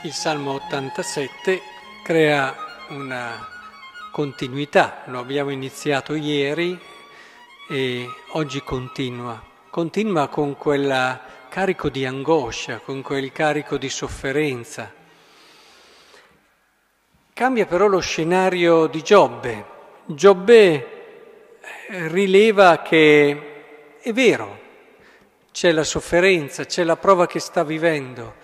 Il Salmo 87 crea una continuità, lo abbiamo iniziato ieri e oggi continua con quel carico di angoscia, con quel carico di sofferenza. Cambia però lo scenario di Giobbe. Giobbe rileva che è vero, c'è la sofferenza, c'è la prova che sta vivendo,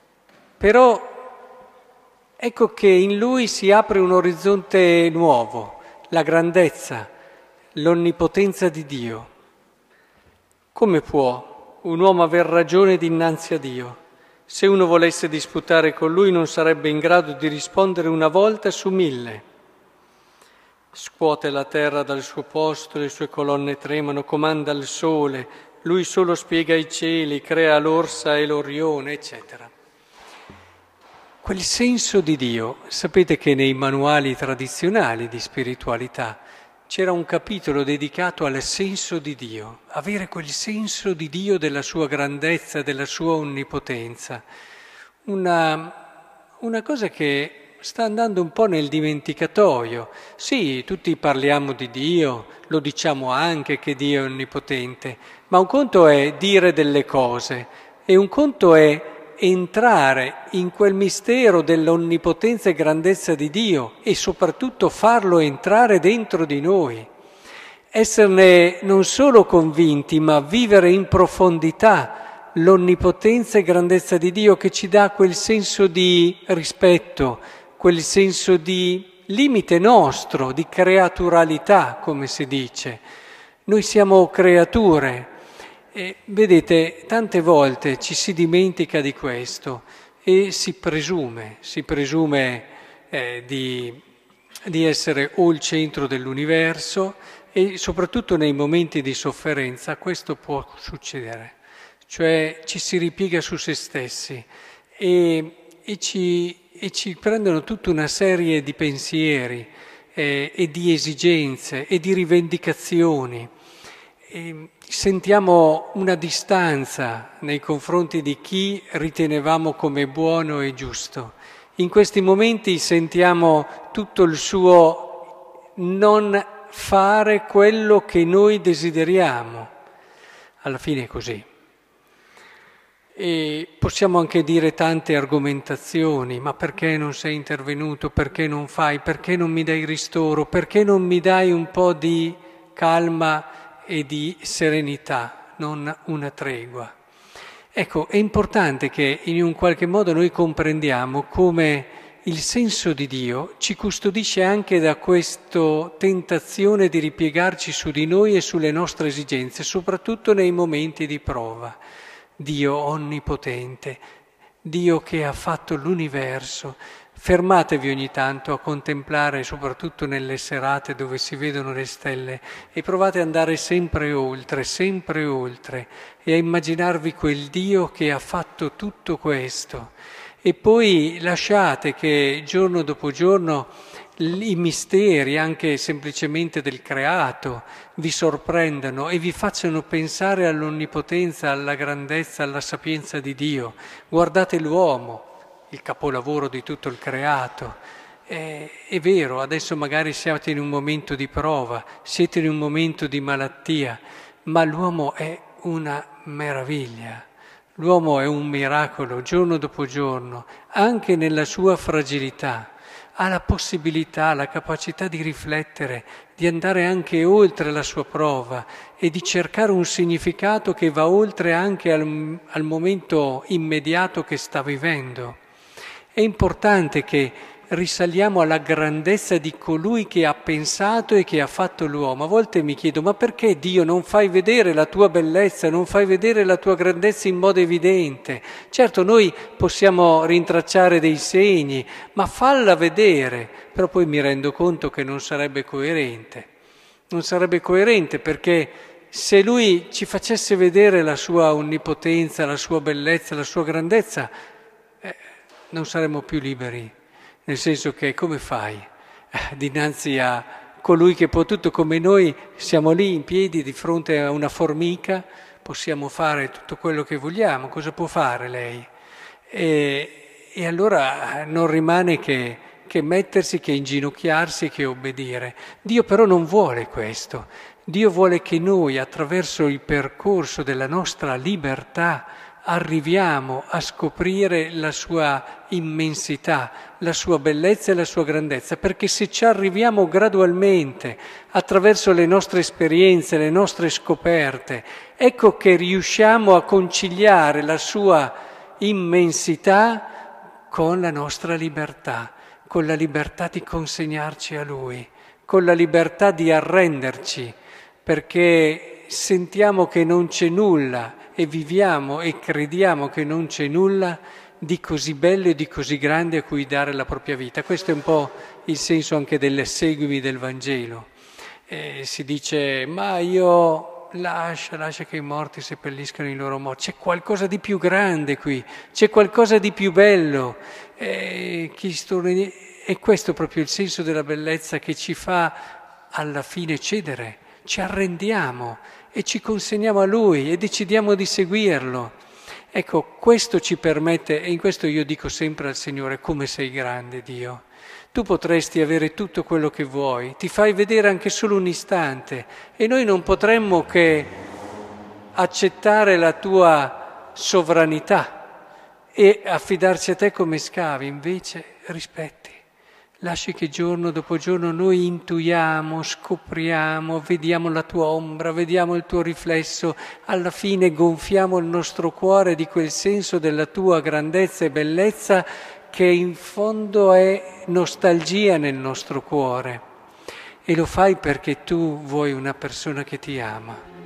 però ecco che in lui si apre un orizzonte nuovo, la grandezza, l'onnipotenza di Dio. Come può un uomo aver ragione dinanzi a Dio? Se uno volesse disputare con lui non sarebbe in grado di rispondere una volta su 1000. Scuote la terra dal suo posto, le sue colonne tremano, comanda il sole, lui solo spiega i cieli, crea l'orsa e l'orione, eccetera. Quel senso di Dio, sapete che nei manuali tradizionali di spiritualità c'era un capitolo dedicato al senso di Dio, avere quel senso di Dio, della sua grandezza, della sua onnipotenza. Una cosa che sta andando un po' nel dimenticatoio. Sì, tutti parliamo di Dio, lo diciamo anche che Dio è onnipotente, ma un conto è dire delle cose e un conto è entrare in quel mistero dell'onnipotenza e grandezza di Dio e soprattutto farlo entrare dentro di noi, esserne non solo convinti, ma vivere in profondità l'onnipotenza e grandezza di Dio che ci dà quel senso di rispetto, quel senso di limite nostro, di creaturalità, come si dice. Noi siamo creature. E vedete, tante volte ci si dimentica di questo e si presume di essere o il centro dell'universo e soprattutto nei momenti di sofferenza questo può succedere, cioè ci si ripiega su se stessi e ci prendono tutta una serie di pensieri e di esigenze e di rivendicazioni. E sentiamo una distanza nei confronti di chi ritenevamo come buono e giusto. In questi momenti sentiamo tutto il suo non fare quello che noi desideriamo. Alla fine è così. E possiamo anche dire tante argomentazioni, ma perché non sei intervenuto, perché non fai, perché non mi dai ristoro, perché non mi dai un po' di calma e di serenità, non una tregua. Ecco, è importante che in un qualche modo noi comprendiamo come il senso di Dio ci custodisce anche da questa tentazione di ripiegarci su di noi e sulle nostre esigenze, soprattutto nei momenti di prova. Dio onnipotente, Dio che ha fatto l'universo. Fermatevi ogni tanto a contemplare, soprattutto nelle serate dove si vedono le stelle, e provate ad andare sempre oltre e a immaginarvi quel Dio che ha fatto tutto questo. E poi lasciate che giorno dopo giorno i misteri, anche semplicemente del creato, vi sorprendano e vi facciano pensare all'onnipotenza, alla grandezza, alla sapienza di Dio. Guardate l'uomo, il capolavoro di tutto il creato. È vero, adesso magari siete in un momento di prova, siete in un momento di malattia, ma l'uomo è una meraviglia. L'uomo è un miracolo giorno dopo giorno, anche nella sua fragilità. Ha la possibilità, la capacità di riflettere, di andare anche oltre la sua prova e di cercare un significato che va oltre anche al momento immediato che sta vivendo. È importante che risaliamo alla grandezza di colui che ha pensato e che ha fatto l'uomo. A volte mi chiedo, ma perché Dio non fai vedere la tua bellezza, non fai vedere la tua grandezza in modo evidente? Certo, noi possiamo rintracciare dei segni, ma falla vedere. Però poi mi rendo conto che non sarebbe coerente. Non sarebbe coerente perché se Lui ci facesse vedere la sua onnipotenza, la sua bellezza, la sua grandezza, non saremmo più liberi. Nel senso che come fai dinanzi a colui che può tutto come noi, siamo lì in piedi di fronte a una formica, possiamo fare tutto quello che vogliamo, cosa può fare lei? E allora non rimane che mettersi, che inginocchiarsi, che obbedire. Dio però non vuole questo. Dio vuole che noi, attraverso il percorso della nostra libertà, arriviamo a scoprire la sua immensità, la sua bellezza e la sua grandezza, perché se ci arriviamo gradualmente, attraverso le nostre esperienze, le nostre scoperte, ecco che riusciamo a conciliare la sua immensità con la nostra libertà, con la libertà di consegnarci a Lui, con la libertà di arrenderci, perché sentiamo che non c'è nulla e viviamo e crediamo che non c'è nulla di così bello e di così grande a cui dare la propria vita. Questo è un po' il senso anche delle seguimi del Vangelo. Si dice, ma io lascia che i morti seppelliscano i loro morti. C'è qualcosa di più grande qui, c'è qualcosa di più bello. È questo proprio il senso della bellezza che ci fa alla fine cedere. Ci arrendiamo e ci consegniamo a Lui e decidiamo di seguirlo. Ecco, questo ci permette, e in questo io dico sempre al Signore, come sei grande Dio. Tu potresti avere tutto quello che vuoi, ti fai vedere anche solo un istante e noi non potremmo che accettare la tua sovranità e affidarci a te come scavi, invece rispetti. Lasci che giorno dopo giorno noi intuiamo, scopriamo, vediamo la tua ombra, vediamo il tuo riflesso, alla fine gonfiamo il nostro cuore di quel senso della tua grandezza e bellezza che in fondo è nostalgia nel nostro cuore. E lo fai perché tu vuoi una persona che ti ama.